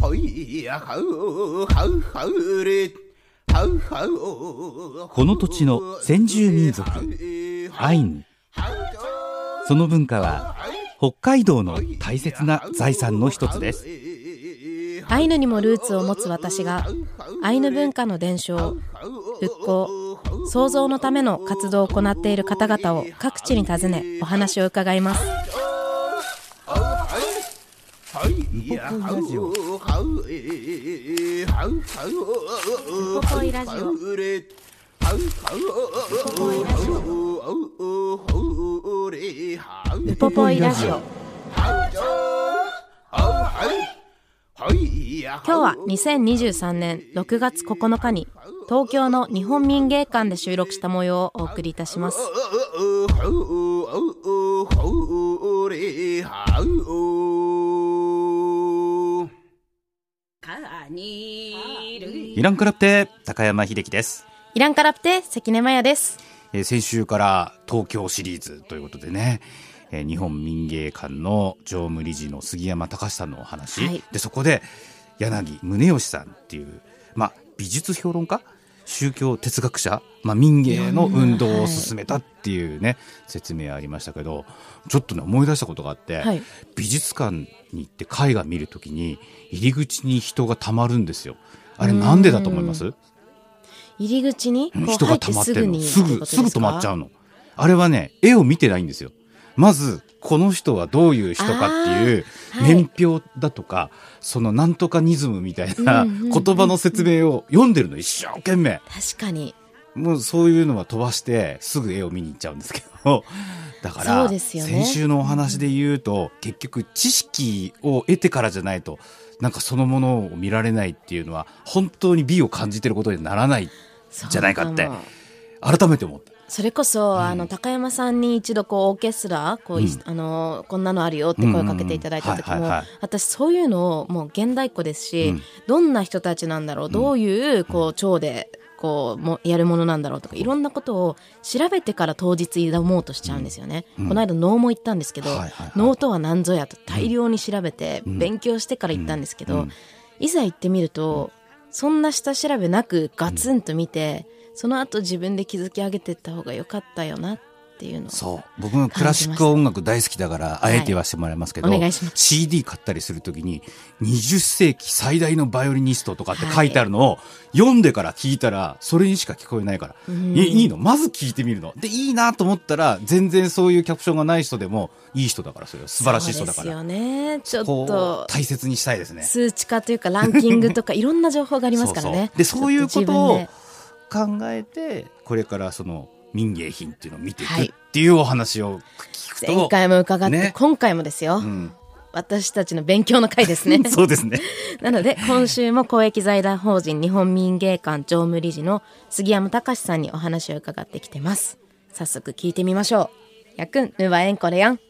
この土地の先住民族アイヌ、その文化は北海道の大切な財産の一つです。 アイヌにもルーツを持つ私がアイヌ文化の伝承、復興、創造のための活動を行っている方々を各地に訪ねお話を伺います。 ウポポイラジオ。 ウポポイラジオ。ウポポイラジオ。今日は2023年6月9日に東京の日本民芸館で収録した模様をお送りいたします。 イランカラプテ高山秀樹です。 イランカラプテ関根麻也です。 先週から東京シリーズということでね、日本民芸館の常務理事の杉山隆さんのお話、はい、でそこで柳宗悦さんっていう、美術評論家、宗教哲学者、民芸の運動を進めたっていうね、説明ありましたけど、ちょっとね思い出したことがあって、はい、美術館に行って絵画見るときに入り口に人がたまるんですよ。あれなんでだと思います？ 入り口にこう人がたまってるの、すぐ止まっちゃうの。あれはね、絵を見てないんですよ。まずこの人はどういう人かっていう年表だとか、そのなんとかニズムみたいな言葉の説明を読んでるの、一生懸命。 確かにもうそういうのは飛ばしてすぐ絵を見に行っちゃうんですけど、だから、先週のお話で言うと、結局知識を得てからじゃないとなんかそのものを見られないっていうのは本当に美を感じてることにならないじゃないかって改めて思った。 それこそ、高山さんに一度オーケストラこんなのあるよって声をかけていただいた時も、私そういうのをもう現代っ子ですし、どんな人たちなんだろう、どういう蝶でやるものなんだろうとか、いろんなことを調べてから当日挑もうとしちゃうんですよね。この間能も行ったんですけど、能とは何ぞやと大量に調べて勉強してから行ったんですけど、いざ行ってみるとそんな下調べなくガツンと見て、その後自分で築き上げていった方が良かったよなっていうのを。 そう、僕もクラシック音楽大好きだからあえて言わせてもらいますけど、 お願いします。 CD 買ったりするときに20世紀最大のバイオリニストとかって書いてあるのを読んでから聞いたらそれにしか聞こえないから、いいの、まず聞いてみるので、いいなと思ったら全然そういうキャプションがない人でもいい人だから、それは素晴らしい人だから。 そうですよね。ちょっと大切にしたいですね。 数値化というかランキングとかいろんな情報がありますからね。 そういうことを考えて、これからその民芸品っていうのを見ていくっていうお話を聞くと、 前回も伺って、今回もですよ、私たちの勉強の回ですね。 そうですね。 なので今週も公益財団法人日本民芸館常務理事の杉山隆さんにお話を伺ってきてます。早速聞いてみましょう。やくん、ぬわえんこれやん。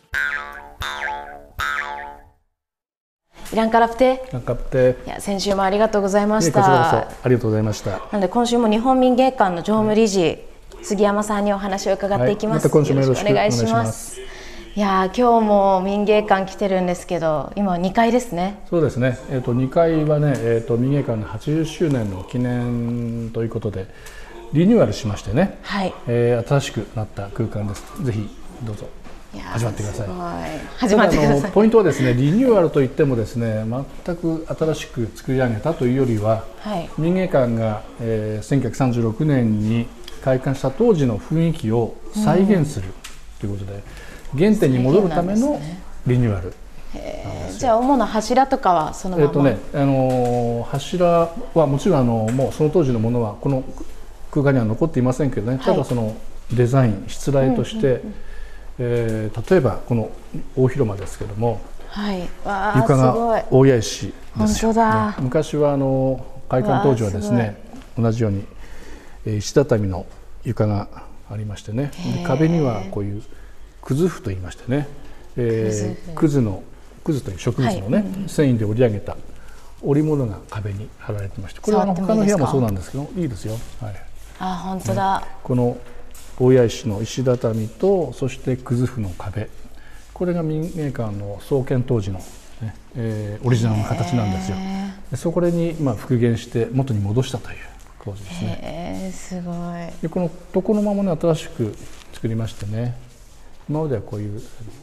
イランカラプテ。いや、先週もありがとうございました。 こちらこそありがとうございました。 なので今週も日本民芸館の常務理事、杉山さんにお話を伺っていきます。 また今週もよろしくお願いします。いや、今日も民芸館来てるんですけど、今は2階ですね。 そうですね。2階はね、民芸館の80周年の記念ということでリニューアルしましてね、新しくなった空間です。ぜひどうぞ始まってください。 始まってください。 ポイントはですね、リニューアルといってもですね、全く新しく作り上げたというよりは、民芸館が、1936年に開館した当時の雰囲気を再現するということで、原点に戻るためのリニューアル。 じゃあ主な柱とかはそのまま。 柱はもちろんもうその当時のものはこの空間には残っていませんけどね、ただそのデザイン、しつらいとして、例えばこの大広間ですけども、床が大谷石ですよ、ね。昔は開館当時はですね、同じように石畳の床がありましてね、壁にはこういうクズフといいましてね、クズという植物のね、繊維で織り上げた織物が壁に貼られてまして、これは他の部屋もそうなんですけど、いいですよ。 本当だ。 この大谷石の石畳と、そしてクズフの壁、これが民芸館の創建当時のオリジナルの形なんですよ。でそこに復元して元に戻したという工事ですね。 すごい。 でこの床の間もね新しく作りましてね、今まではこういう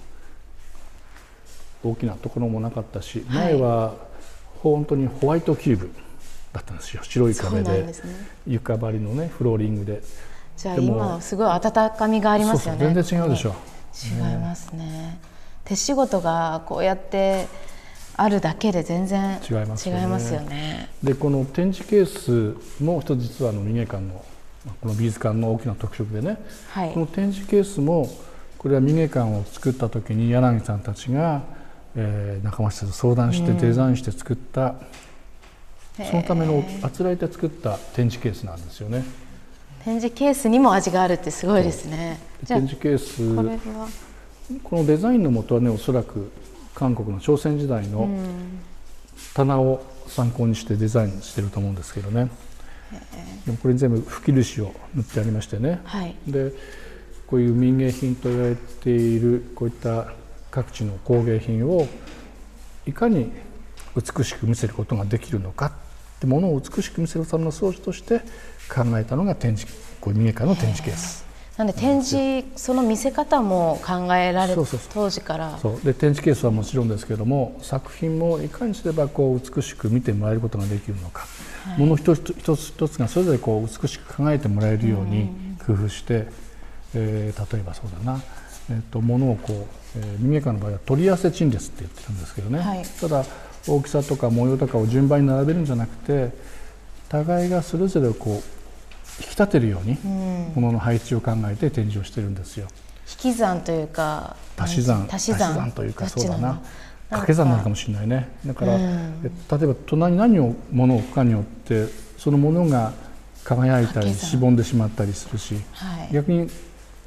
大きな床の間もなかったし、前は本当にホワイトキューブだったんですよ。白い壁で床張りのねフローリングで。 じゃあ今すごい温かみがありますよね。 そう全然違うでしょ。 違いますね。手仕事がこうやってあるだけで全然違いますよね。 でこの展示ケースも一つ実は民芸館のこの美術館の大きな特色でね、はい、この展示ケースもこれは民芸館を作った時に柳さんたちが、仲間たちと相談してデザインして作った、そのためのあつらえて作った展示ケースなんですよね。 展示ケースにも味があるってすごいですね。 展示ケースこのデザインの元はねおそらく韓国の朝鮮時代の棚を参考にしてデザインしてると思うんですけどね。でもこれに全部吹き漆を塗ってありましてね、はい、でこういう民芸品と言われているこういった各地の工芸品をいかに美しく見せることができるのかってものを美しく見せるための装置として考えたのがこういう民芸館の展示ケース。 なんで展示その見せ方も考えられた当時から。 そうで展示ケースはもちろんですけれども、作品もいかにすればこう美しく見てもらえることができるのか、はい、もの一つ一つ一つがそれぞれこう美しく考えてもらえるように工夫して、例えばそうだな、ものをこう、民芸館の場合は取り合わせ陳列って言ってるんですけどね、はい、ただ大きさとか模様とかを順番に並べるんじゃなくて、互いがそれぞれこう引き立てるように物の配置を考えて展示をしてるんですよ。 引き算というか足し算というか、そうだな、掛け算なのかもしれないね。だから、例えば隣に何を物を置くかによってその物が輝いたりしぼんでしまったりするし、はい、逆に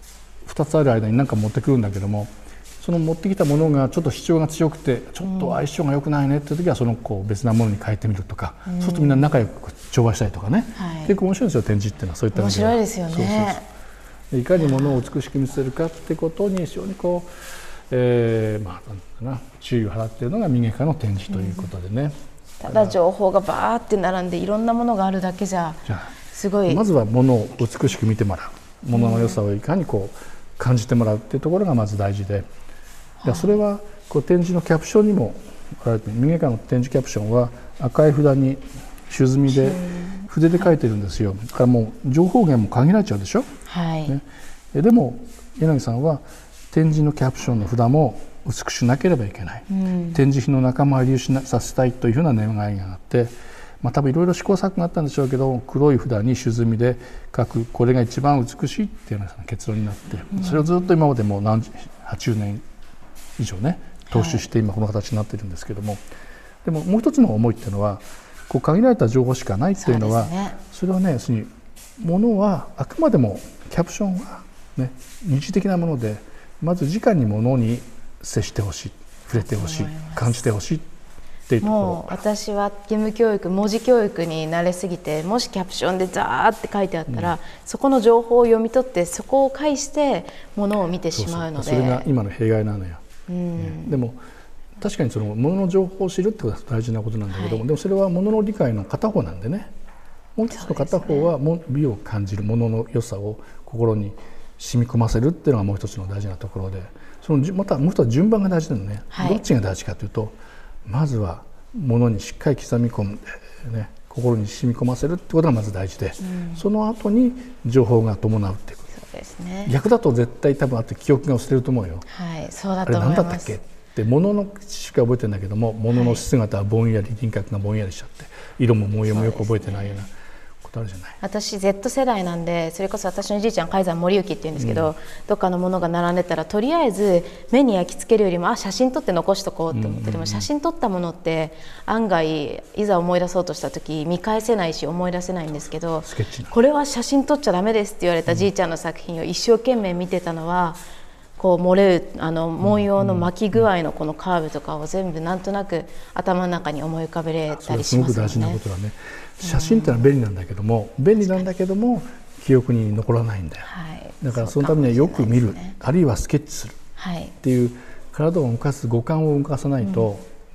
2つある間に何か持ってくるんだけども、その持ってきたものがちょっと主張が強くてちょっと相性が良くないねっていう時はそのこう別なものに変えてみるとか、そうするとみんな仲良く調和したりとかね、はい、結構面白いですよ展示っていうのは。そういった面白いですよね。 いかにものを美しく見せるかってことに非常にこう、なんかな注意を払っているのが民芸館の展示ということでね、 ただ情報がバーって並んでいろんなものがあるだけじゃすごい、 まずはものを美しく見てもらう、ものの良さをいかにこう感じてもらうっていうところがまず大事で、それはこう展示のキャプションにも民芸館の展示キャプションは赤い札に朱墨で筆で書いてるんですよ。だからもう情報源も限られちゃうでしょ、はいね、でも柳さんは展示のキャプションの札も美しくなければいけない、展示品の仲間入りをさせたいというふうな願いがあって、多分いろいろ試行錯誤があったんでしょうけど、黒い札に朱墨で書く、これが一番美しいっていうような結論になって、それをずっと今までも80年以上ね踏襲して今この形になっているんですけども、でももう一つの思いっていうのはこう限られた情報しかないっていうのは、それはね要するにものはあくまでもキャプションはね二次的なもので、まず直にものに接してほしい、触れてほしい、感じてほしいっていうところ。 もう私は義務教育、文字教育に慣れすぎて、もしキャプションでザーって書いてあったら、そこの情報を読み取ってそこを介してものを見てしまうので、 それが今の弊害なのよ。でも確かにそのものの情報を知るってことは大事なことなんだけども、でもそれはものの理解の片方なんでね、もう一つの片方は美を感じる、ものの良さを心に染み込ませるっていうのがもう一つの大事なところで、そのまたもう一つは順番が大事なのね、どっちが大事かというと、まずはものにしっかり刻み込んで、ね、心に染み込ませるってことがまず大事で、その後に情報が伴うっていうこと。 そうですね、 逆だと絶対多分あって記憶が薄れると思うよ。 はい、そうだと思います。 あれ何だったっけって物の知識は覚えてるんだけども、物の姿はぼんやり、輪郭がぼんやりしちゃって、色も模様もよく覚えてないようなことあるじゃない。 私 Z 世代なんで、それこそ私のじいちゃん海山森行っていうんですけど、どっかのものが並んでたらとりあえず目に焼き付けるよりも写真撮って残しとこうって思って、でも写真撮ったものって案外いざ思い出そうとした時見返せないし思い出せないんですけど、これは写真撮っちゃダメですって言われたじいちゃんの作品を一生懸命見てたのは、こう漏れる文様の巻き具合のこのカーブとかを全部なんとなく頭の中に思い浮かべれたりしますよね。 すごく大事なことだね。写真ってのは便利なんだけども、記憶に残らないんだよ、はい、だからそのためにはよく見る、あるいはスケッチするっていう、体を動かす五感を動かさないと、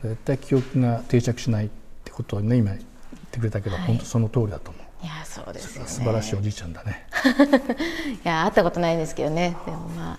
絶対記憶が定着しないってことをね今言ってくれたけど、本当その通りだと思う。 いやそうですよね。 素晴らしいおじいちゃんだね。 いや会ったことないんですけどね。でも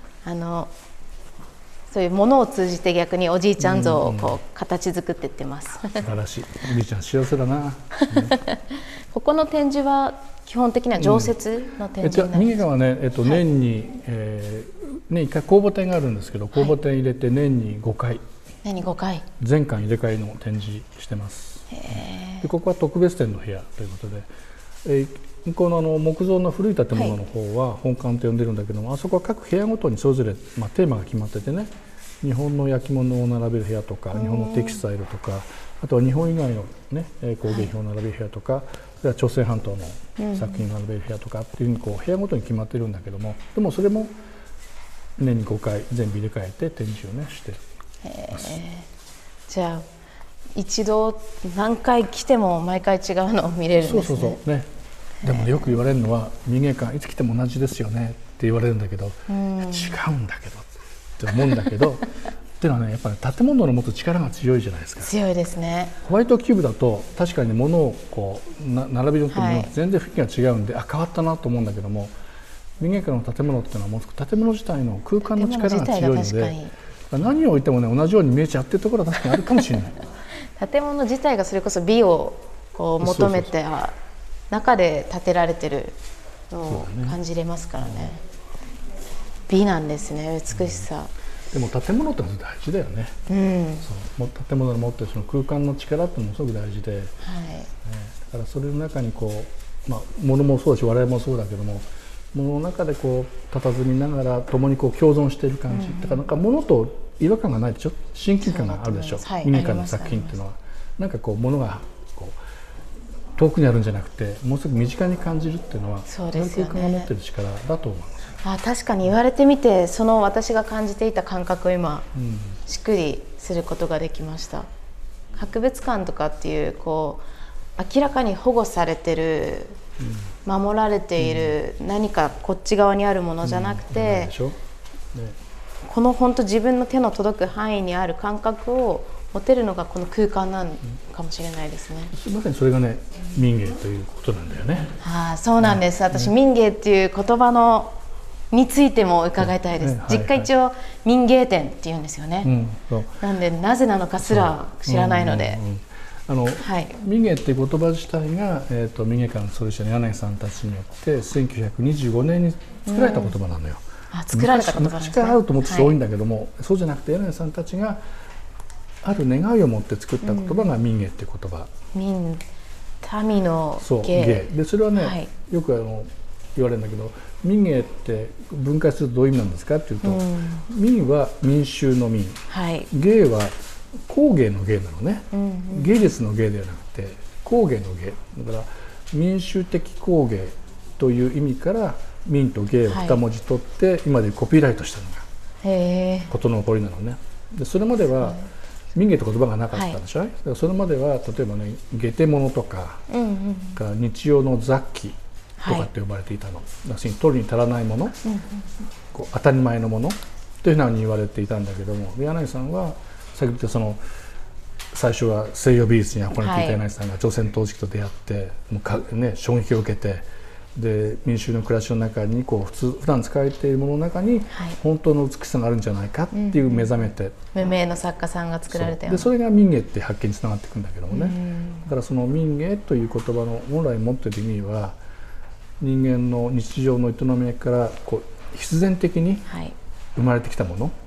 そういうものを通じて逆におじいちゃん像をこう形作っていってます。 素晴らしい。おじいちゃん幸せだな。 ここの展示は基本的には常設の展示になるんですか？ 民藝館はね、年に、年1回公募展があるんですけど、公募展入れて年に5回、 年に5回全館入れ替えの展示してます。でここは特別展の部屋ということで、向こうの木造の古い建物の方は本館と呼んでるんだけども、あそこは各部屋ごとにそれぞれ、テーマが決まっててね、日本の焼き物を並べる部屋とか、日本のテキスタイルとか、あとは日本以外の、ね、工芸品を並べる部屋とか、それから朝鮮半島の作品を並べる部屋とかっていうふうにこう部屋ごとに決まってるんだけども、でもそれも年に5回全部入れ替えて展示をねしてます。 じゃあ一度何回来ても毎回違うのを見れるんですね。 そうね。でもよく言われるのは民藝館いつ来ても同じですよねって言われるんだけど、違うんだけどって思うんだけどっていうのはね、やっぱり建物の持つ力が強いじゃないですか。 強いですね。 ホワイトキューブだと確かに物をこう並べると全然雰囲気が違うんで、変わったなと思うんだけども、民藝館の建物っていうのはもう建物自体の空間の力が強いので、何を置いてもね同じように見えちゃうっていうところは確かにあるかもしれない。 建物自体がそれこそ美をこう求めて中で建てられてるのを感じれますからね。美なんですね、美しさ。 でも建物って大事だよね。そう建物の持ってるその空間の力ってものすごく大事で、だからそれの中にこう、物もそうだし我々もそうだけども、物の中でこう佇みながら共にこう共存している感じ、だからなんか物と違和感がないでしょ、親近感があるでしょ。民藝館の作品っていうのはなんかこう物がこう遠くにあるんじゃなくてもうすぐ身近に感じるっていうのはそうですよね、 空間が持ってる力だと思います。 確かに言われてみて、その私が感じていた感覚を今、しっくりすることができました。博物館とかっていうこう明らかに保護されてる、守られている、何かこっち側にあるものじゃなくて、この本当自分の手の届く範囲にある感覚を持てるのがこの空間なのかもしれないですね。 まさにそれがね民藝ということなんだよね。 そうなんです。私民芸っていう言葉のについても伺いたいです。実家一応民芸展って言うんですよね。なんでなぜなのかすら知らないので、 民芸っていう言葉自体が、民藝館の創立者の柳さんたちによって1925年に作られた言葉なのよ。 作られた言葉なんですね。 昔からあると思って人多いんだけども、そうじゃなくて柳さんたちがある願いを持って作った言葉が民芸っていう言葉。 民の芸で、それはね、よく言われるんだけど、民芸って分解するとどういう意味なんですかっていうと、民は民衆の民、芸は工芸の芸なのね、芸術の芸ではなくて工芸の芸だから、民衆的工芸という意味から民と芸を2文字取って、今でコピーライトしたのが事の起こりなのね。でそれまでは民芸って言葉がなかったでしょ。だからそれまでは例えばね、下手物とか、日用の雑器とかって呼ばれていたの。要するに取るに足らないもの、こう当たり前のものというふうに言われていたんだけども、柳さんは先ほどその最初は西洋美術に憧れていた柳さんが朝鮮陶磁器と出会ってもうね、衝撃を受けて、で民衆の暮らしの中にこう普段使われているものの中に本当の美しさがあるんじゃないかっていう目覚めて、 無名の作家さんが作られたような、 それが民芸って発見につながっていくんだけどもね。だからその民芸という言葉の本来持っている意味は、人間の日常の営みからこう必然的に生まれてきたもの、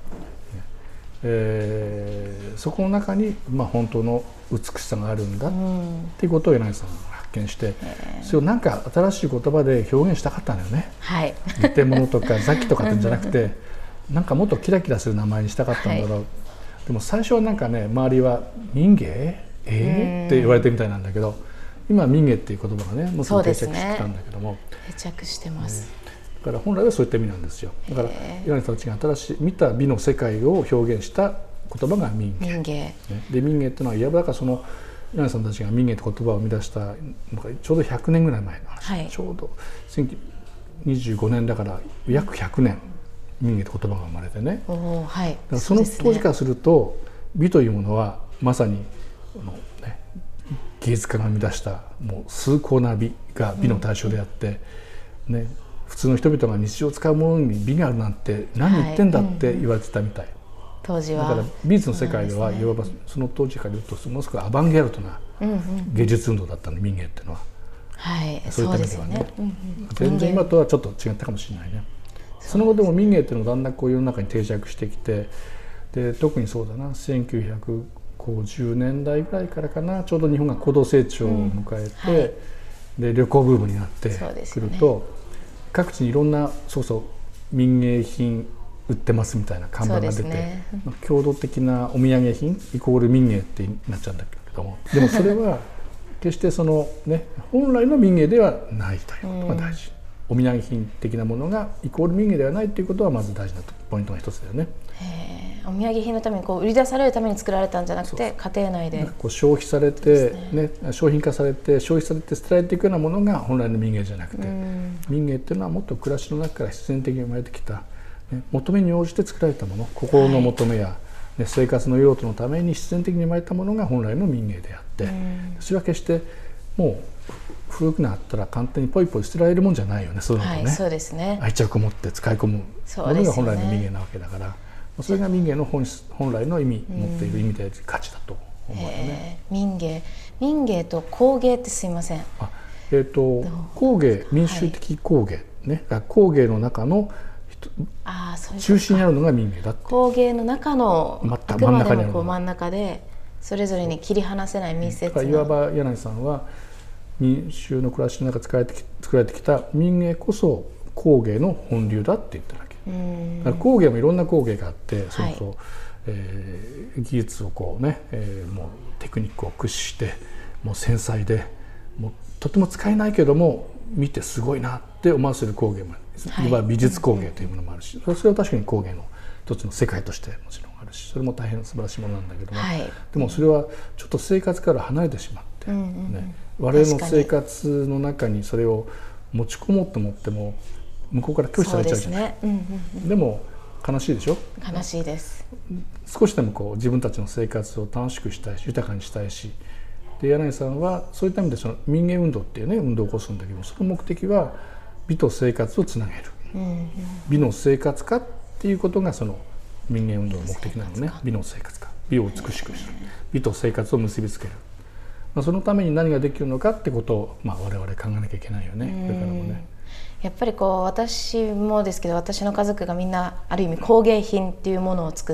そこの中に本当の美しさがあるんだっていうことを柳さんが発見して、それをなんか新しい言葉で表現したかったんだよね。下手物とか雑器とかってんじゃなくてなんかもっとキラキラする名前にしたかったんだろう。でも最初はなんかね、周りは民芸って言われてるみたいなんだけど、今民芸っていう言葉がねもうすぐ定着してきたんだけども、 定着してます。 だから本来はそういった意味なんですよ。だから柳さんたちが新しい見た美の世界を表現した言葉が民芸。で民芸っていうのはいわばだからその柳さんたちが民芸って言葉を生み出したちょうど100年ぐらい前の話、ちょうど1925年だから約100年民芸って言葉が生まれてね。だからその当時からすると美というものはまさに芸術家が生み出したもう崇高な美が美の対象であって、普通の人々が日常使うものに美があるなんて何言ってんだって言われてたみたい、 当時はだから美術の世界ではいわばその当時から言うとものすごくアバンギャルドな芸術運動だったの、民芸っていうのは。そういった意味ではね、全然今とはちょっと違ったかもしれないね。その後でも民芸っていうのがだんだんこう世の中に定着してきて、で特にそうだな1950年代ぐらいからかな、ちょうど日本が高度成長を迎えて、で旅行ブームになってくると、各地にいろんな民芸品売ってますみたいな看板が出て、郷土的なお土産品イコール民芸ってなっちゃうんだけども、でもそれは決して本来の民芸ではないということが大事。お土産品的なものがイコール民芸ではないということはまず大事なポイントの一つだよね。 お土産品のために売り出されるために作られたんじゃなくて、家庭内で消費されて、商品化されて消費されて捨てられていくようなものが本来の民芸じゃなくて、民芸っていうのはもっと暮らしの中から必然的に生まれてきた、求めに応じて作られたもの、心の求めや、生活の用途のために必然的に生まれたものが本来の民芸であって、それは決してもう古くなったら簡単にポイポイ捨てられるもんじゃないよね。そういうのとね、 そうですね、 愛着を持って使い込むものが本来の民芸なわけだから、それが民芸の本来の持っている意味で価値だと思うよね。 民芸と工芸ってすいません、 工芸、民衆的工芸、工芸の中の中心にあるのが民芸だって。 工芸の中のあくまでも真ん中でそれぞれに切り離せない密接な、 いわば柳さんは民衆の暮らしの中で作られてきた民芸こそ工芸の本流だって言ったわけ。だから工芸もいろんな工芸があって、技術をもうテクニックを駆使してもう繊細でもうとても使えないけども見てすごいなって思わせる工芸もある、いわば美術工芸というものもあるし、それは確かに工芸の一つの世界としてもちろんあるし、それも大変素晴らしいものなんだけども、でもそれはちょっと生活から離れてしまって、我々の生活の中にそれを持ち込もうと思っても向こうから拒否されちゃうじゃない。でも悲しいでしょ。 悲しいです。 少しでも自分たちの生活を楽しくしたいし豊かにしたいし、で柳さんはそういった意味でその民芸運動っていう運動を起こすんだけど、その目的は美と生活をつなげる、美の生活化っていうことがその民芸運動の目的なのね。美の生活化、美を美しくする、美と生活を結びつける、そのために何ができるのかってことを、我々考えなきゃいけないよね。だからもね、 やっぱり私もですけど、私の家族がみんなある意味工芸品っていうものを作って、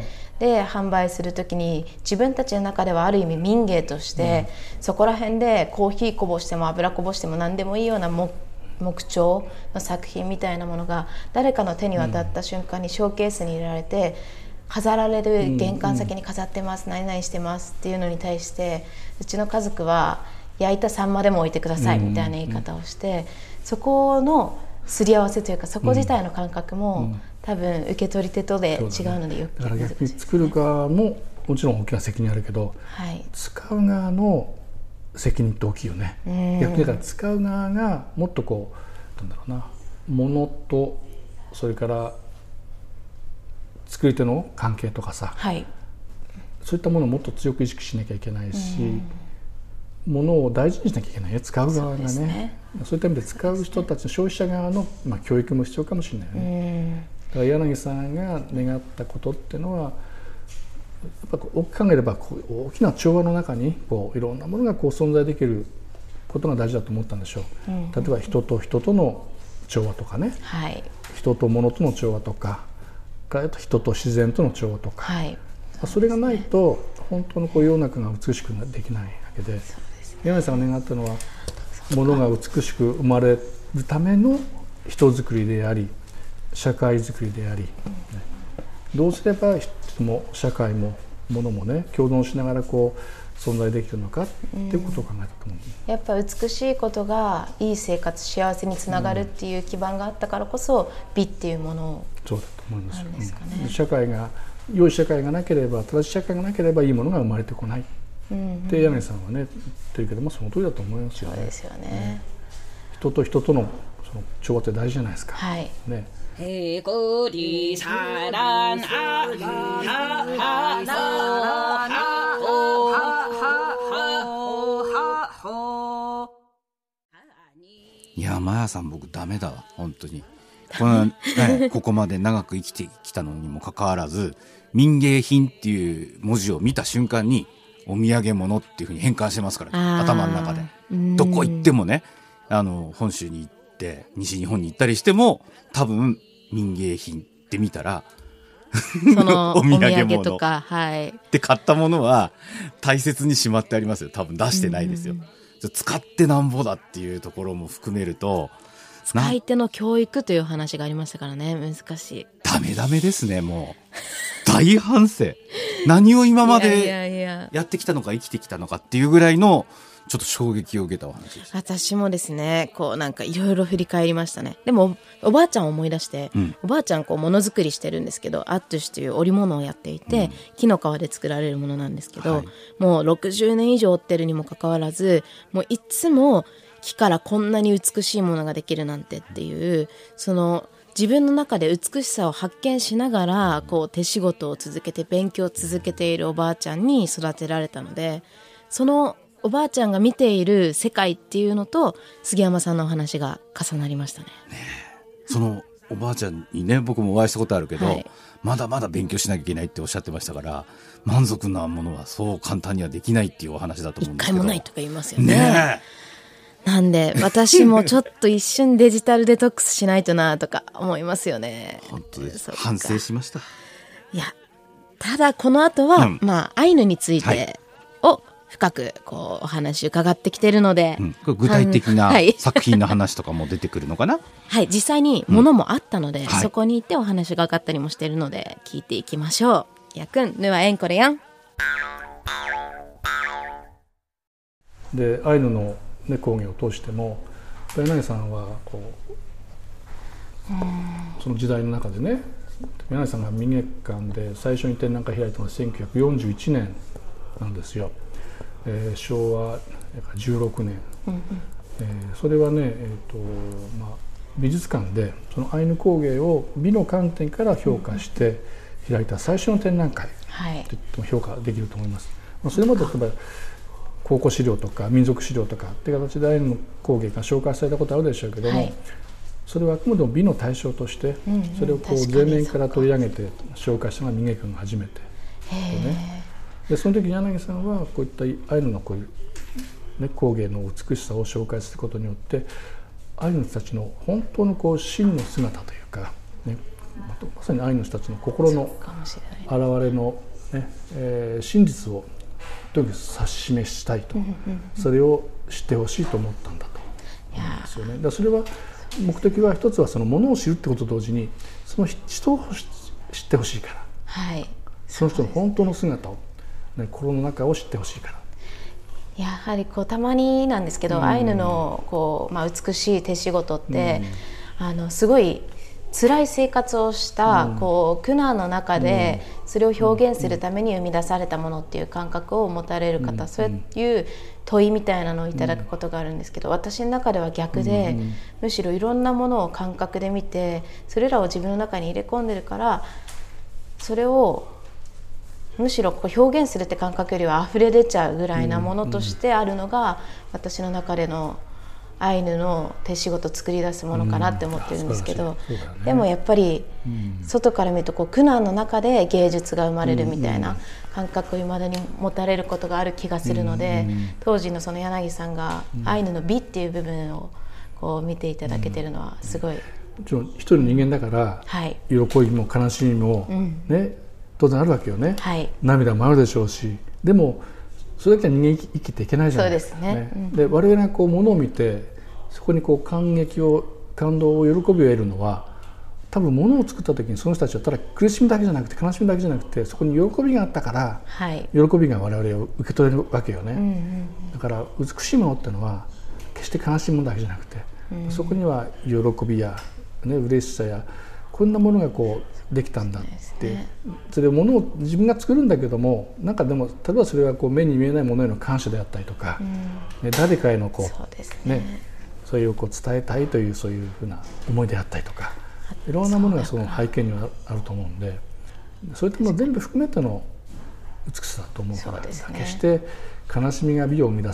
で販売するときに自分たちの中ではある意味民芸として、そこら辺でコーヒーこぼしても油こぼしても何でもいいような木彫の作品みたいなものが誰かの手に渡った瞬間にショーケースに入れられて飾られる、玄関先に飾ってます、何々してますっていうのに対して、うちの家族は焼いたサンマでも置いてくださいみたいな言い方をして、そこのすり合わせというか、そこ自体の感覚も、多分受け取り手とで違うのでよく、 だから逆に作る側ももちろん大きな責任あるけど、使う側の責任って大きいよね。逆にだから使う側がもっとなんだろうな、物とそれから作り手の関係とかさ、そういったものをもっと強く意識しなきゃいけないし、ものを大事にしなきゃいけないね、使う側がね。そういった意味で使う人たちの消費者側の、教育も必要かもしれないね。だから柳さんが願ったことっていうのはやっぱ大きく考えれば大きな調和の中にいろんなものが存在できることが大事だと思ったんでしょう。例えば人と人との調和とかね、人と物との調和とか、人と自然との調和とか、それがないと本当の世の中が美しくできないわけで、柳さんが願ったのは物が美しく生まれるための人づくりであり社会づくりであり、どうすれば人も社会も物もね共存しながら存在できるのかっていうことを考えたと思う。 やっぱ美しいことがいい生活、幸せにつながるっていう基盤があったからこそ、美っていうものをそうだと思いますよ。社会が良い社会がなければ、正しい社会がなければいいものが生まれてこないって柳さんはね言ってるけども、その通りだと思いますよね。 そうですよね。 人と人とのその調和って大事じゃないですか。ね。해골이 사랑하나 いやマヤさん僕ダメだわ本当にこの、ここまで長く生きてきたのにもかかわらず民芸品っていう文字を見た瞬間にお土産物っていうふうに変換してますから、ね、頭の中でどこ行ってもね本州に行って西日本に行ったりしても多分民芸品って見たらそのお土産とか、 で買ったものは大切にしまってありますよ。多分出してないですよ。使ってなんぼだっていうところも含めると使い手の教育という話がありましたからね。難しい。 ダメですね。もう大反省。何を今までやってきたのか生きてきたのかっていうぐらいのちょっと衝撃を受けたお話です。 私もですねこうなんかいろいろ振り返りましたね。でもおばあちゃんを思い出して、おばあちゃんこうものづくりしてるんですけどアットゥシという織物をやっていて、木の皮で作られるものなんですけど、もう60年以上織ってるにもかかわらずもういつも木からこんなに美しいものができるなんてっていうその自分の中で美しさを発見しながらこう手仕事を続けて勉強を続けているおばあちゃんに育てられたので、そのおばあちゃんが見ている世界っていうのと杉山さんのお話が重なりましたね。 そのおばあちゃんにね僕もお会いしたことあるけど、まだまだ勉強しなきゃいけないっておっしゃってましたから満足なものはそう簡単にはできないっていうお話だと思うんですけど、 一回もないとか言いますよね。なんで私もちょっと一瞬デジタルデトックスしないとなとか思いますよね。 本当です。反省しました。 いやただこの後は、アイヌについてを深くこうお話伺ってきてるので、 具体的な作品の話とかも出てくるのかな。 実際にものもあったので、そこに行ってお話がかかったりもしてるので聞いていきましょう。やくんぬはえんこれやん。 でアイヌの工芸を通しても柳さんはこうその時代の中でね、柳さんが民芸館で最初に展覧会開いたのは1941年なんですよ。昭和16年、それはね、美術館でそのアイヌ工芸を美の観点から評価して開いた最初の展覧会と言っても評価できると思います。それまで例えば考古資料とか民族資料とかっていう形でアイヌの工芸が紹介されたことあるでしょうけども、それはあくまでも美の対象としてそれをこう前面から取り上げて紹介したのが民芸館が初めてでね。でその時に柳さんはこういったアイヌのこういう、工芸の美しさを紹介することによってアイヌの人たちの本当のこう真の姿というか、まさにアイヌの人たちの心の現れの、真実をとにかく指し示したいと、それを知ってほしいと思ったんだと思うんですよね。だからそれは目的は一つはそのものを知るってことと同時にその人を知ってほしいから、その人の本当の姿を、心の中を知ってほしいから。 やはりこうたまになんですけど、アイヌのこう、美しい手仕事って、すごい辛い生活をしたこう苦難の中でそれを表現するために生み出されたものっていう感覚を持たれる方、そういう問いみたいなのをいただくことがあるんですけど、私の中では逆で、むしろいろんなものを感覚で見てそれらを自分の中に入れ込んでるから、それをむしろこう表現するって感覚よりは溢れ出ちゃうぐらいなものとしてあるのが、私の中でのアイヌの手仕事を作り出すものかなって思ってるんですけど、でもやっぱり外から見るとこう苦難の中で芸術が生まれるみたいな感覚を未だに持たれることがある気がするので、当時のその柳さんがアイヌの美っていう部分をこう見ていただけてるのはすごい。 もちろん一人の人間だから、喜びも悲しみも当然あるわけよね。涙もあるでしょうし、でもそれだけは人間生きていけないじゃないですか。で我々がこう物を見てそこにこう感動を喜びを得るのは、多分物を作った時にその人たちはただ苦しみだけじゃなくて悲しみだけじゃなくて、そこに喜びがあったから、喜びが我々を受け取れるわけよね。だから美しいものってのは決して悲しいものだけじゃなくて、そこには喜びや、嬉しさやこんなものがこうできたんだって、それを物を自分が作るんだけども、なんかでも例えばそれはこう目に見えないものへの感謝であったりとか、誰かへのこうそれをこう伝えたいというそういうふうな思いであったりとか、いろんなものがその背景にはあると思うんで、そういったもの全部含めての美しさだと思うから、決して悲しみが美を生み出すっ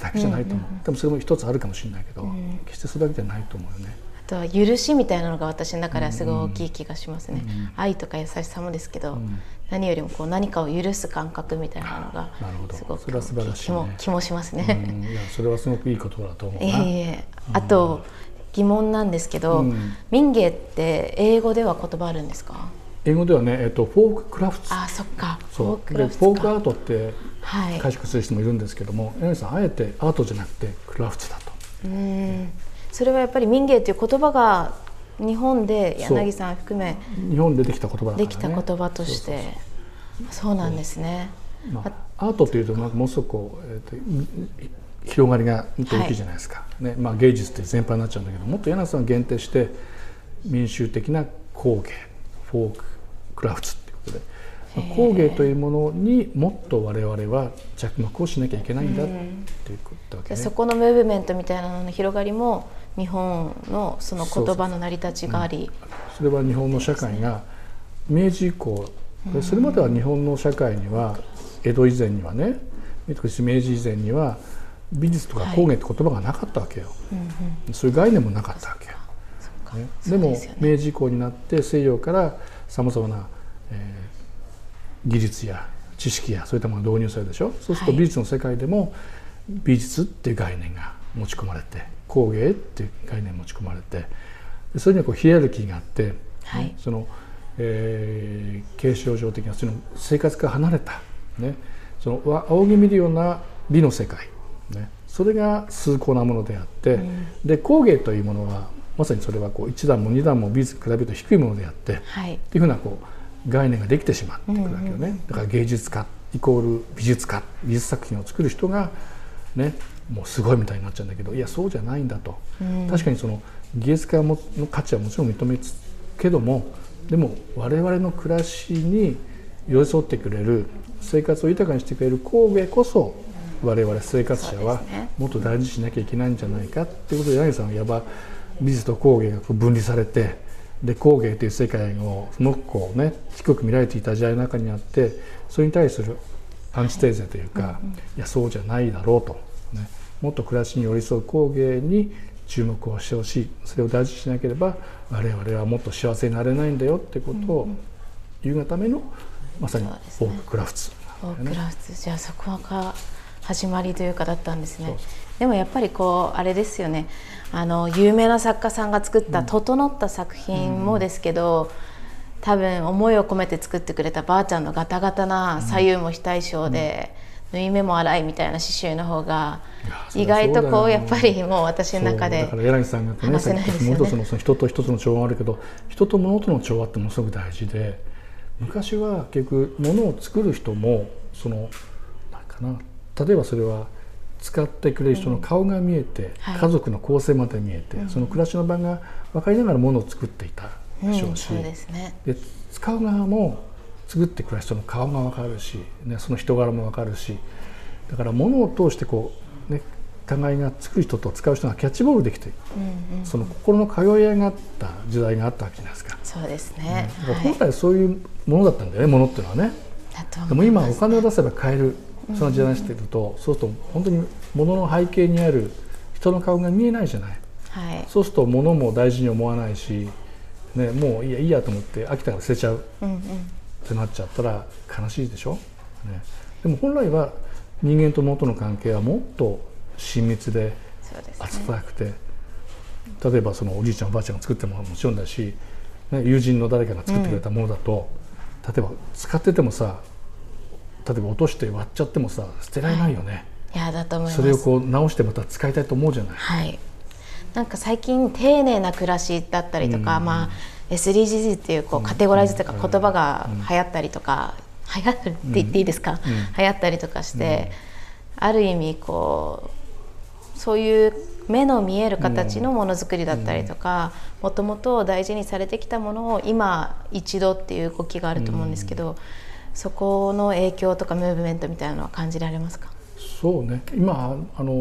だけじゃないと思う、でもそれも一つあるかもしれないけど、決してそれだけじゃないと思うよね。 あとは許しみたいなのが私の中ではすごい大きい気がしますね、愛とか優しさもですけど、何よりもこう何かを許す感覚みたいなのがすごくそれは素晴らしいね。 気もしますね。 いやそれはすごくいいことだと思うな。 あと疑問なんですけど、民芸って英語では言葉あるんですか？ 英語ではね、フォーククラフト。 あ、そっか。 フォークアートって解釈する人もいるんですけども、柳さんあえてアートじゃなくてクラフトだと。 それはやっぱり民芸という言葉が日本で柳さん含め日本でできた言葉だからね。 できた言葉として、そうなんですね。 アートというともうすぐこう、広がりが大きいじゃないですか、ね。芸術って全般になっちゃうんだけど、もっと柳さんは限定して民衆的な工芸、フォーククラフトっていうことで、工芸というものにもっと我々は着目をしなきゃいけないんだっていうことわけね。 そこのムーブメントみたいなのの広がりも日本のその言葉の成り立ちがあり、 それは日本の社会が明治以降、それまでは日本の社会には江戸以前にはね、明治以前には美術とか工芸って言葉がなかったわけよ、そういう概念もなかったわけよ。でも明治以降になって西洋からさまざまな、技術や知識やそういったものが導入されるでしょ。そうすると美術の世界でも美術っていう概念が持ち込まれて、工芸っていう概念が持ち込まれて、それにはこうヒエラルキーがあって、その、継承上的なその生活から離れた、ね、その仰ぎ見るような美の世界、ね、それが崇高なものであって、で工芸というものはまさにそれはこう1段も2段も美術に比べると低いものであって、っていうふうなこう概念ができてしまってくるわけよね。だから芸術家イコール美術家、美術作品を作る人がね、もうすごいみたいになっちゃうんだけど、いやそうじゃないんだと。確かにその芸術家の価値はもちろん認めつけども、でも我々の暮らしに寄り添ってくれる、生活を豊かにしてくれる工芸こそ我々生活者はもっと大事にしなきゃいけないんじゃないかっていうことで、柳さんは美術と工芸が分離されて、で工芸という世界をすごくこうね低く見られていた時代の中にあって、それに対するアンチテーゼというか、いやそうじゃないだろうと、ね、もっと暮らしに寄り添う工芸に注目をしてほしい、それを大事にしなければ我々はもっと幸せになれないんだよってことを言うがためのまさにフォーククラフト、 フォーククラフト、じゃあそこが始まりというかだったんですね。でもやっぱりこうあれですよね、有名な作家さんが作った整った作品もですけど、多分思いを込めて作ってくれたばあちゃんのガタガタな左右も非対称で、縫い目も粗いみたいな刺繍の方が意外とこうやっぱりもう私の中でだから柳さんがね、さっきもう一つのその人と人との調和あるけど、人と物との調和ってものすごく大事で、昔は結局物を作る人もそのなんかな、例えばそれは使ってくれる人の顔が見えて、家族の構成まで見えて、その暮らしの場が分かりながら物を作っていたでしょうし、で使う側も作ってくれる人の顔が分かるし、ね、その人柄も分かるし、だから物を通してこう、ね、互いが作る人と使う人がキャッチボールできて、その心の通い合いがあった時代があったわけじゃないですか。 そうですね、 だから本来そういうものだったんだよね、物っていうのはね。でも今お金を出せば買える、その時代にしてると、そうすると本当に物の背景にある人の顔が見えないじゃない、そうすると物も大事に思わないし、ね、もういいやと思って飽きたから捨てちゃう、ってなっちゃったら悲しいでしょ、ね、でも本来は人間と物との関係はもっと親密で温かくて、例えばそのおじいちゃんおばあちゃんが作ったものはもちろんだし、ね、友人の誰かが作ってくれたものだと、例えば使っててもさ、例えば落として割っちゃってもさ捨てられないよね、 いやだと思います。 それをこう直してまた使いたいと思うじゃない、 なんか最近丁寧な暮らしだったりとか、SDGs っていうこうカテゴライズというか言葉が流行ったりとか、流行るって言っていいですか、流行ったりとかして、ある意味こうそういう目の見える形のものづくりだったりとか、もともと大事にされてきたものを今一度っていう動きがあると思うんですけど、そこの影響とかムーブメントみたいなのは感じられますか？ そうね、今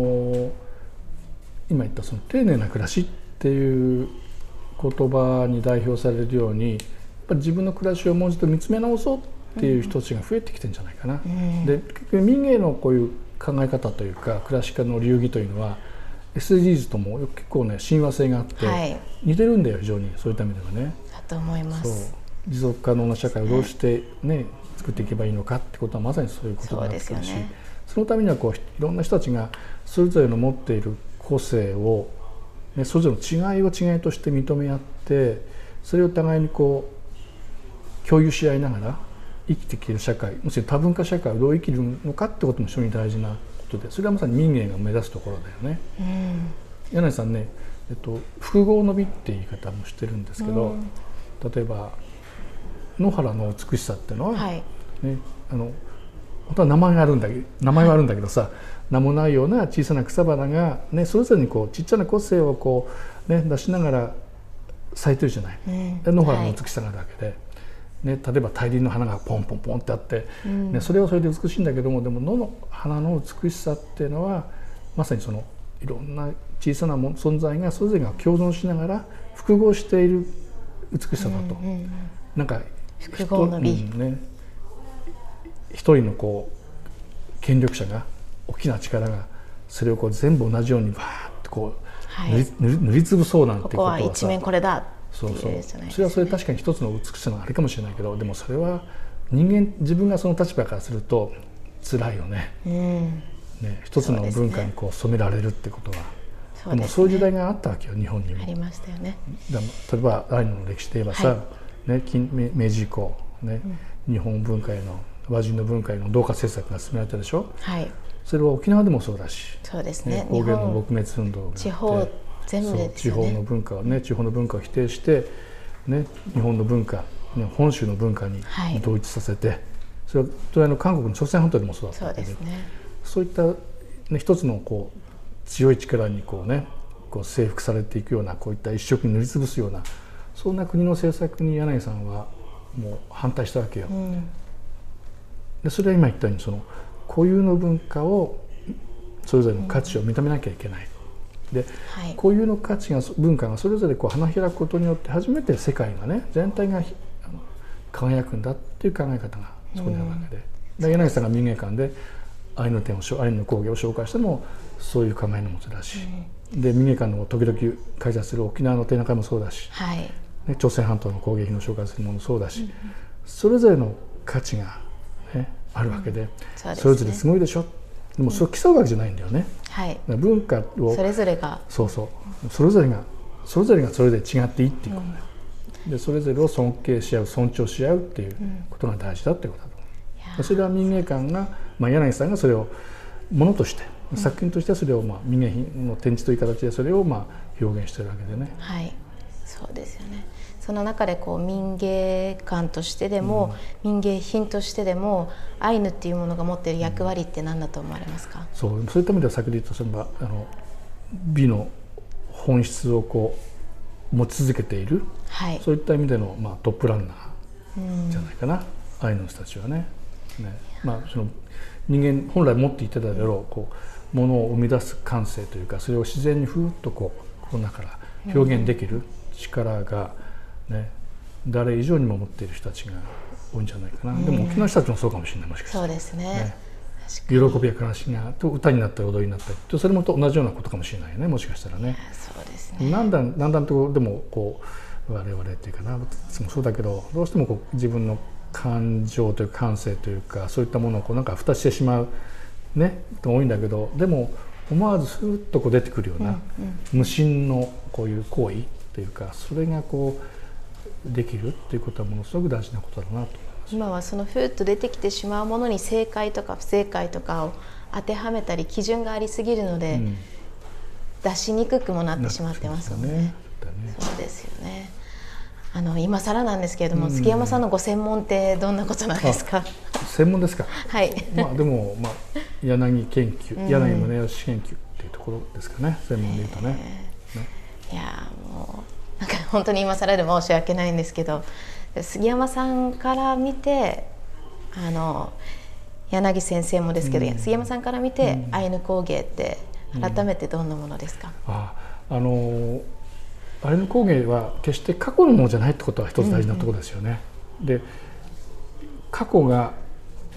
言ったその丁寧な暮らしっていう言葉に代表されるように、やっぱり自分の暮らしをもう一度見つめ直そうっていう人たちが増えてきてるんじゃないかな、で結局民芸のこういう考え方というかクラシカルの流儀というのは SDGs とも結構ね親和性があって、はい、似てるんだよ非常にそういった意味ではね。 だと思います。 そう持続可能な社会をどうして、ね、作っていけばいいのかってことはまさにそういうことになってくるし、そのためにはこういろんな人たちがそれぞれの持っている個性を、ね、それぞれの違いを違いとして認め合ってそれを互いにこう共有し合いながら生きてきている社会もしくは多文化社会をどう生きるのかってことも非常に大事なことでそれはまさに民芸が目指すところだよね。柳井さんね、複合の美って言い方もしてるんですけど、例えば野原の美しさっていうのは、はいね、本当は名前はあるんだけどさ、名もないような小さな草花が、ね、それぞれにこうちっちゃな個性をこう、ね、出しながら咲いてるじゃない、野原の美しさがあるわけで、ね、例えば大輪の花がポンポンポンってあって、ね、それはそれで美しいんだけどもでも野の花の美しさっていうのはまさにそのいろんな小さな存在がそれぞれが共存しながら複合している美しさだと、なんか複合の美、 一人のこう権力者が大きな力がそれをこう全部同じようにバーッとこう、塗りつぶそうなんていうことはさ、 ここは一面これだっていうじゃないですね。 それはそれ確かに一つの美しさがあるかもしれないけどでもそれは自分がその立場からすると辛いよね。一つの文化にこう染められるってことはでもそういう時代があったわけよ日本にも。 ありましたよね。 例えばアイヌの歴史で言えばさ、明治以降、日本文化への和人の文化への同化政策が進められたでしょ、それは沖縄でもそうだし、 そうですね、 工芸の撲滅運動があって地方全部ですよね。 地方の文化をね地方の文化を否定して、日本の文化、本州の文化に統一させて、それは隣の韓国の朝鮮半島でもそうだったわけで、そういった、一つのこう強い力にこう征服されていくようなこういった一色に塗りつぶすようなそんな国の政策に柳井さんはもう反対したわけよ。でそれは今言ったようにその固有の文化をそれぞれの価値を認めなきゃいけない。で、固有の価値が文化がそれぞれこう花開くことによって初めて世界がね全体が輝くんだっていう考え方がそこにあるわけで、柳井さんが民芸館でアイヌの工芸を紹介してもそういう考えのもとだし、で民芸館の時々開催する沖縄の展覧会もそうだし、朝鮮半島の工芸品を紹介するものもそうだし、それぞれの価値が、あるわけで、それぞれすごいでしょ。でもそれ競うわけじゃないんだよね。文化をそれぞれがそれぞれがそれで違っていいっていうことだよ。でそれぞれを尊敬し合う尊重し合うっていうことが大事だっていうことだと思う。それは民芸館が、柳さんがそれをものとして作品としてそれを民芸品の展示という形でそれを表現してるわけでね。 そうですよね。その中でこう民芸館としてでも、民芸品としてでもアイヌっていうものが持っている役割って何だと思われますか？ そういった意味では先ほど言った美の本質をこう持ち続けている、そういった意味での、トップランナーじゃないかな、アイヌの人たちはね。その人間本来持っていただろうこうものを生み出す感性というかそれを自然にふーっとこの中から表現できる力が、誰以上にも持っている人たちが多いんじゃないかな。でも沖縄の人たちもそうかもしれない。もしかしたらそうですね。 喜びや悲しみが歌になったり踊りになったりそれもと同じようなことかもしれないよね。もしかしたらね。 そうですね。 だんだんとでもこう我々っていうかな、私もそうだけどどうしてもこう自分の感情というか感性というかそういったものをこうなんか蓋してしまう人多いんだけど、でも思わずスーッとこう出てくるような無心のこういう行為というかそれがこうできるっていうことはものすごく大事なことだなと思います。 今はそのふーっと出てきてしまうものに正解とか不正解とかを当てはめたり基準がありすぎるので、出しにくくもなってしまってますもんね。そうですよね。今更なんですけれども、杉山さんのご専門ってどんなことなんですか？ 専門ですか。でも柳研究、柳宗悦研究っていうところですかね。専門で言うとね。 いやもうなんか本当に今更で申し訳ないんですけど、杉山さんから見て柳先生もですけど、杉山さんから見て、アイヌ工芸って改めてどんなものですか？ アイヌ工芸は決して過去のものじゃないってことは一つ大事なところですよね。で過去が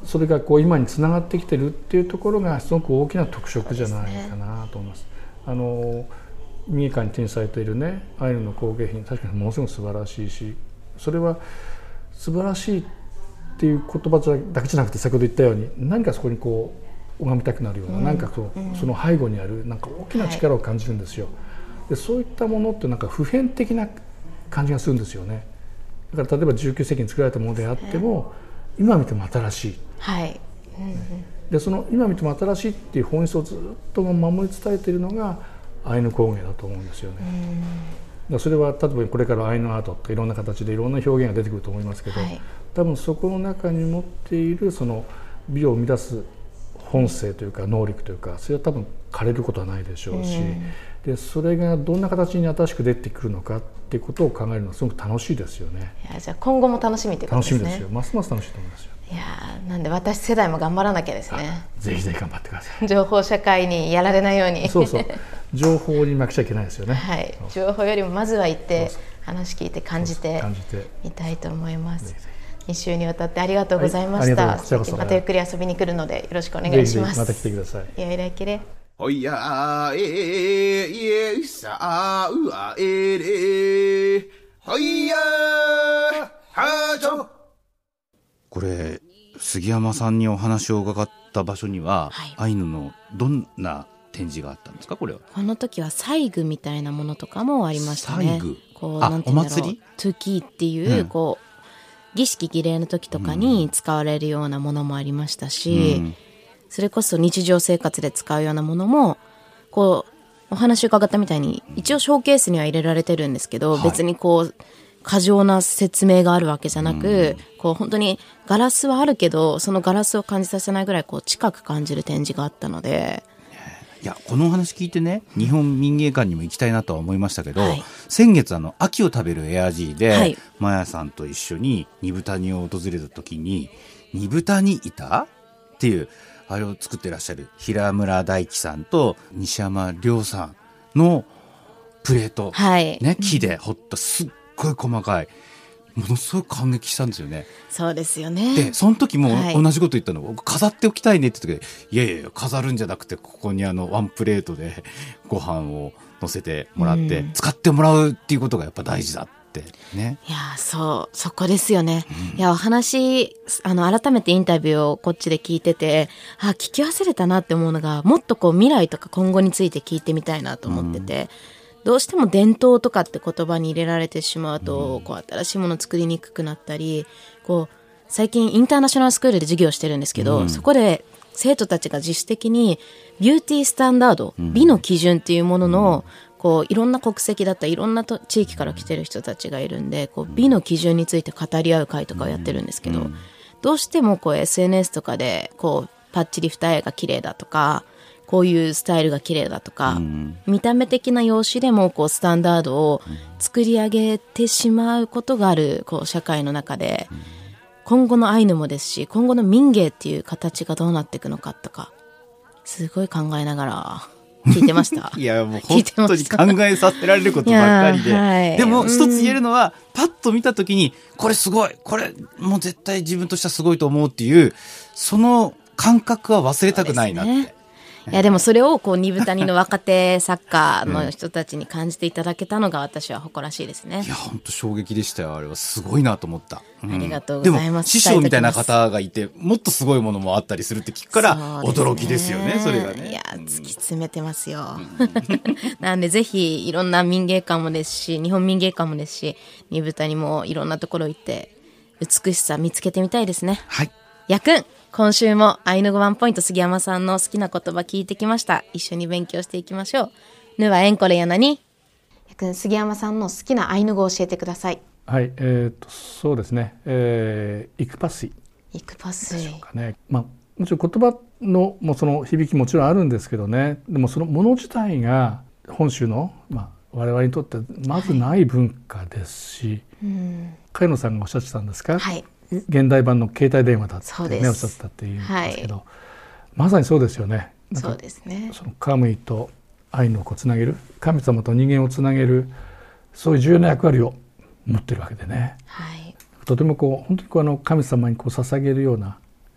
それがこう今につながってきてるっていうところがすごく大きな特色じゃないかなと思います。民芸館に展示されているねアイヌの工芸品、確かにものすごく素晴らしいし、それは素晴らしいっていう言葉だけじゃなくて、先ほど言ったように何かそこにこう拝みたくなるような、なんかその背後にあるなんか大きな力を感じるんですよ。でそういったものってなんか普遍的な感じがするんですよね。だから例えば19世紀に作られたものであっても、今見ても新しい、 はいでその今見ても新しいっていう本質をずっと守り伝えているのがアイヌ工芸だと思うんですよね。だからそれは例えばこれからアイヌアートっていろんな形でいろんな表現が出てくると思いますけど、多分そこの中に持っているその美を生み出す本性というか能力というか、それは多分枯れることはないでしょうし、でそれがどんな形に新しく出てくるのかっていうことを考えるのはすごく楽しいですよね。 いや、じゃあ今後も楽しみということですね。 楽しみですよ。ますます楽しいと思いますよ。 いや、なんで私世代も頑張らなきゃですね。 ぜひぜひ頑張ってください。 情報社会にやられないように。 そうそう、情報に負けちゃいけないですよね。 はい、情報よりもまずは行って話聞いて感じてみたいと思います。2週にわたってありがとうございました。またゆっくり遊びに来るのでよろしくお願いします。 ぜひぜひまた来てください。 いやいらいけれ。 おやいさうあれほいやはちょ。 これ杉山さんにお話を伺った場所には、アイヌのどんな展示があったんですか？これはこの時は細具みたいなものとかもありましたね。こうなんていうんだろう、 お祭りトゥキーっていう、こう儀式儀礼の時とかに使われるようなものもありましたし、それこそ日常生活で使うようなものもこうお話伺ったみたいに一応ショーケースには入れられてるんですけど、別にこう過剰な説明があるわけじゃなく、こう本当にガラスはあるけどそのガラスを感じさせないぐらいこう近く感じる展示があったので、 いやこのお話聞いてね、日本民芸館にも行きたいなとは思いましたけど、先月秋を食べるエアジーで、マヤさんと一緒に二豚にを訪れた時に、二豚に板っていうあれを作ってらっしゃる平村大樹さんと西山亮さんのプレート、ね、木で彫ったすっごい細かい、ものすごく感激したんですよね。 そうですよね。 でその時も同じこと言ったの、飾っておきたいねって言って、いやいや飾るんじゃなくて、ここにワンプレートでご飯を乗せてもらって、使ってもらうっていうことがやっぱ大事だってね。 いやそこですよね。いやお話改めてインタビューをこっちで聞いてて、聞き忘れたなって思うのが、もっとこう未来とか今後について聞いてみたいなと思ってて、どうしても伝統とかって言葉に入れられてしまうと、こう新しいものを作りにくくなったり、こう最近インターナショナルスクールで授業をしてるんですけど、そこで生徒たちが自主的にビューティースタンダード、美の基準っていうものの、こういろんな国籍だったりいろんな地域から来てる人たちがいるんで、こう美の基準について語り合う会とかをやってるんですけど、どうしてもこう SNS とかでこうパッチリ二重が綺麗だとか、こういうスタイルが綺麗だとか、見た目的な容姿でもこうスタンダードを作り上げてしまうことがあるこう社会の中で、今後のアイヌもですし、今後の民芸っていう形がどうなっていくのかとか、すごい考えながら聞いてましたいやもう本当に考えさせられることばっかりで、でも一つ言えるのは、パッと見た時にこれすごい、これもう絶対自分としてはすごいと思うっていう、その感覚は忘れたくないなって。 いやでもそれをこう二豚にの若手作家の人たちに感じていただけたのが私は誇らしいですね。 いや本当衝撃でしたよ。あれはすごいなと思った、 ありがとうございます。 でも師匠みたいな方がいて、もっとすごいものもあったりするって聞くから驚きですよね。それがね、 いや突き詰めてますよなんでぜひいろんな民芸館もですし、日本民芸館もですし、二豚にもいろんなところ行って美しさ見つけてみたいですね。 はい。 やくん、今週もアイヌ語ワンポイント杉山さんの好きな言葉聞いてきました。一緒に勉強していきましょう。ぬはえんこれやなに。やくん、杉山さんの好きなアイヌ語を教えてください。 はい、そうですね、イクパスイ。 イクパスイ。でしょうかね。 もちろん言葉のもその響きもちろんあるんですけどね。でもそのもの自体が本州の我々にとってまずない文化ですし、茅野さんがおっしゃってたんですか。 はい。 現代版の携帯電話だってね、おっしゃってたっていうんですけど、まさにそうですよね。 そうですね。 そのカムイとアイヌをこうつなげる、神様と人間をつなげる、そういう重要な役割を持ってるわけでね、とてもこう本当にこう神様にこう捧げるような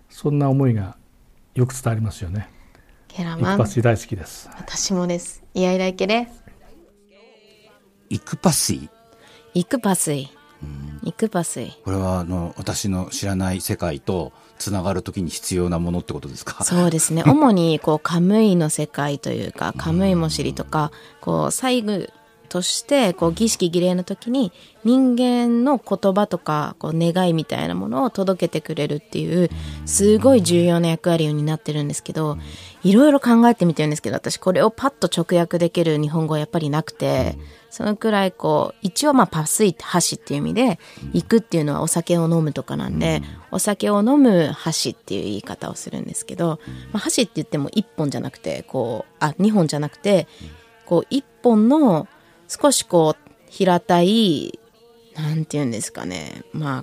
そんな思いがよく伝わりますよね。 ケラマンイクパスイ大好きです。 私もです。イヤイライケです。 イクパスイ。 イクパスイ。イクパスイ。 これは私の知らない世界とつながるときに必要なものってことですか？ そうですね。主にカムイの世界というか、カムイもしりとか、細具として儀式儀礼の時に人間の言葉とか願いみたいなものを届けてくれるっていうすごい重要な役割になってるんですけど、いろいろ考えてみてるんですけど、私これをパッと直訳できる日本語はやっぱりなくて、そのくらい一応パスイって箸っていう意味で、行くっていうのはお酒を飲むとかなんで、お酒を飲む箸っていう言い方をするんですけど、箸って言っても1本じゃなくて2本じゃなくて1本の少し平たい、なんていうんですかね、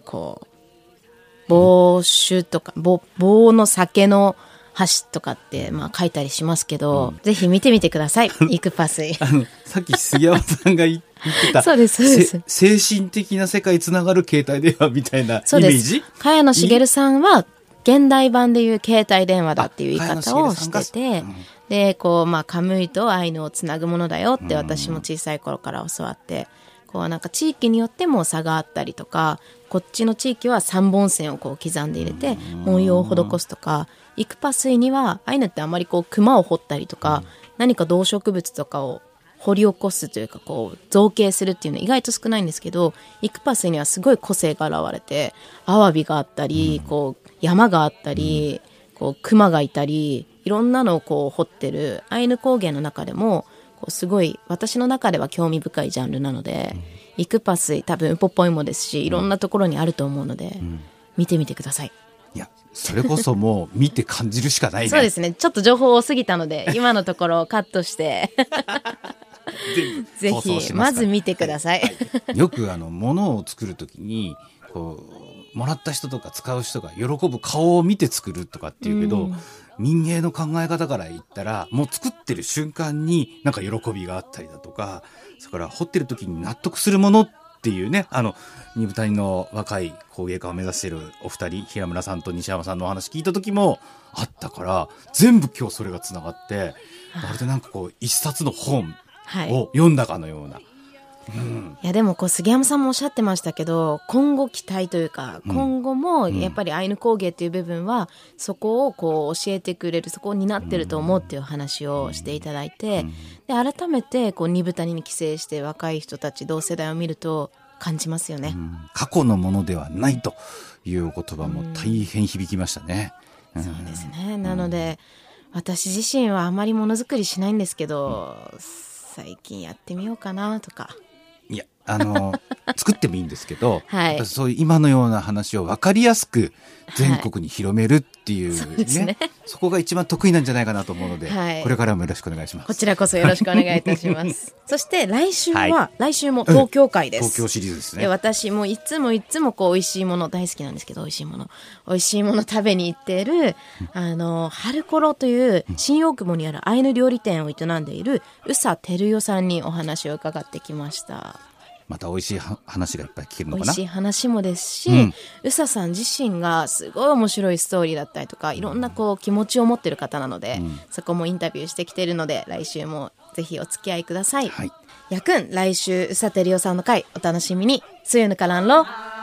棒酒とか棒の酒の箸とかって書いたりしますけど、ぜひ見てみてください。イクパスイ。 さっき杉山さんが言ってたそうですそうです。 精神的な世界つながる携帯電話みたいなイメージ。 茅野茂さんは現代版でいう携帯電話だっていう言い方をしてて、でカムイとアイヌをつなぐものだよって私も小さい頃から教わって、なんか地域によっても差があったりとか、こっちの地域は3本線を刻んで入れて文様を施すとか、イクパスイにはアイヌってあんまり熊を掘ったりとか、何か動植物とかを掘り起こすというか造形するっていうのは意外と少ないんですけど、イクパスイにはすごい個性が現れて、アワビがあったり山があったり熊がいたり、いろんなのを掘ってるアイヌ工芸の中でもすごい私の中では興味深いジャンルなので、イクパスイ多分ウポポイもですし、いろんなところにあると思うので、見てみてください。 いや、それこそもう見て感じるしかないね。 そうですね。ちょっと情報多すぎたので今のところをカットしてぜひまず見てください。 よく物を作るときにもらった人とか使う人が喜ぶ顔を見て作るとかっていうけど、民芸の考え方から言ったら、もう作ってる瞬間になんか喜びがあったりだとか、それから掘ってる時に納得するものっていうね、二部谷の若い工芸家を目指しているお二人、平村さんと西山さんのお話聞いた時もあったから、全部今日それがつながって、まるでなんか一冊の本を読んだかのような。 いやでも杉山さんもおっしゃってましたけど、今後期待というか、今後もやっぱりアイヌ工芸という部分はそこを教えてくれる、そこになってると思うっていう話をしていただいて、で改めて二部谷に帰省して若い人たち同世代を見ると感じますよね。 過去のものではないという言葉も大変響きましたね。 そうですね。なので私自身はあまりものづくりしないんですけど、最近やってみようかなとか。 いや作ってもいいんですけど、やっぱそういう今のような話を分かりやすく全国に広めるっていう、そこが一番得意なんじゃないかなと思うので、これからもよろしくお願いします。 こちらこそよろしくお願いいたしますそして来週も東京会です。 東京シリーズですね。 で私もいつも美味しいもの大好きなんですけど、美味しいもの食べに行っている春コロという新大久保にあるアイヌ料理店を営んでいる宇佐照代さんにお話を伺ってきました。 また美味しい話がいっぱい聞けるのかな。 美味しい話もですし、宇佐さん自身がすごい面白いストーリーだったりとか、いろんな気持ちを持ってる方なので、そこもインタビューしてきているので、来週もぜひお付き合いください。やくん、来週宇佐照代さんの回お楽しみに。つゆぬからんろ。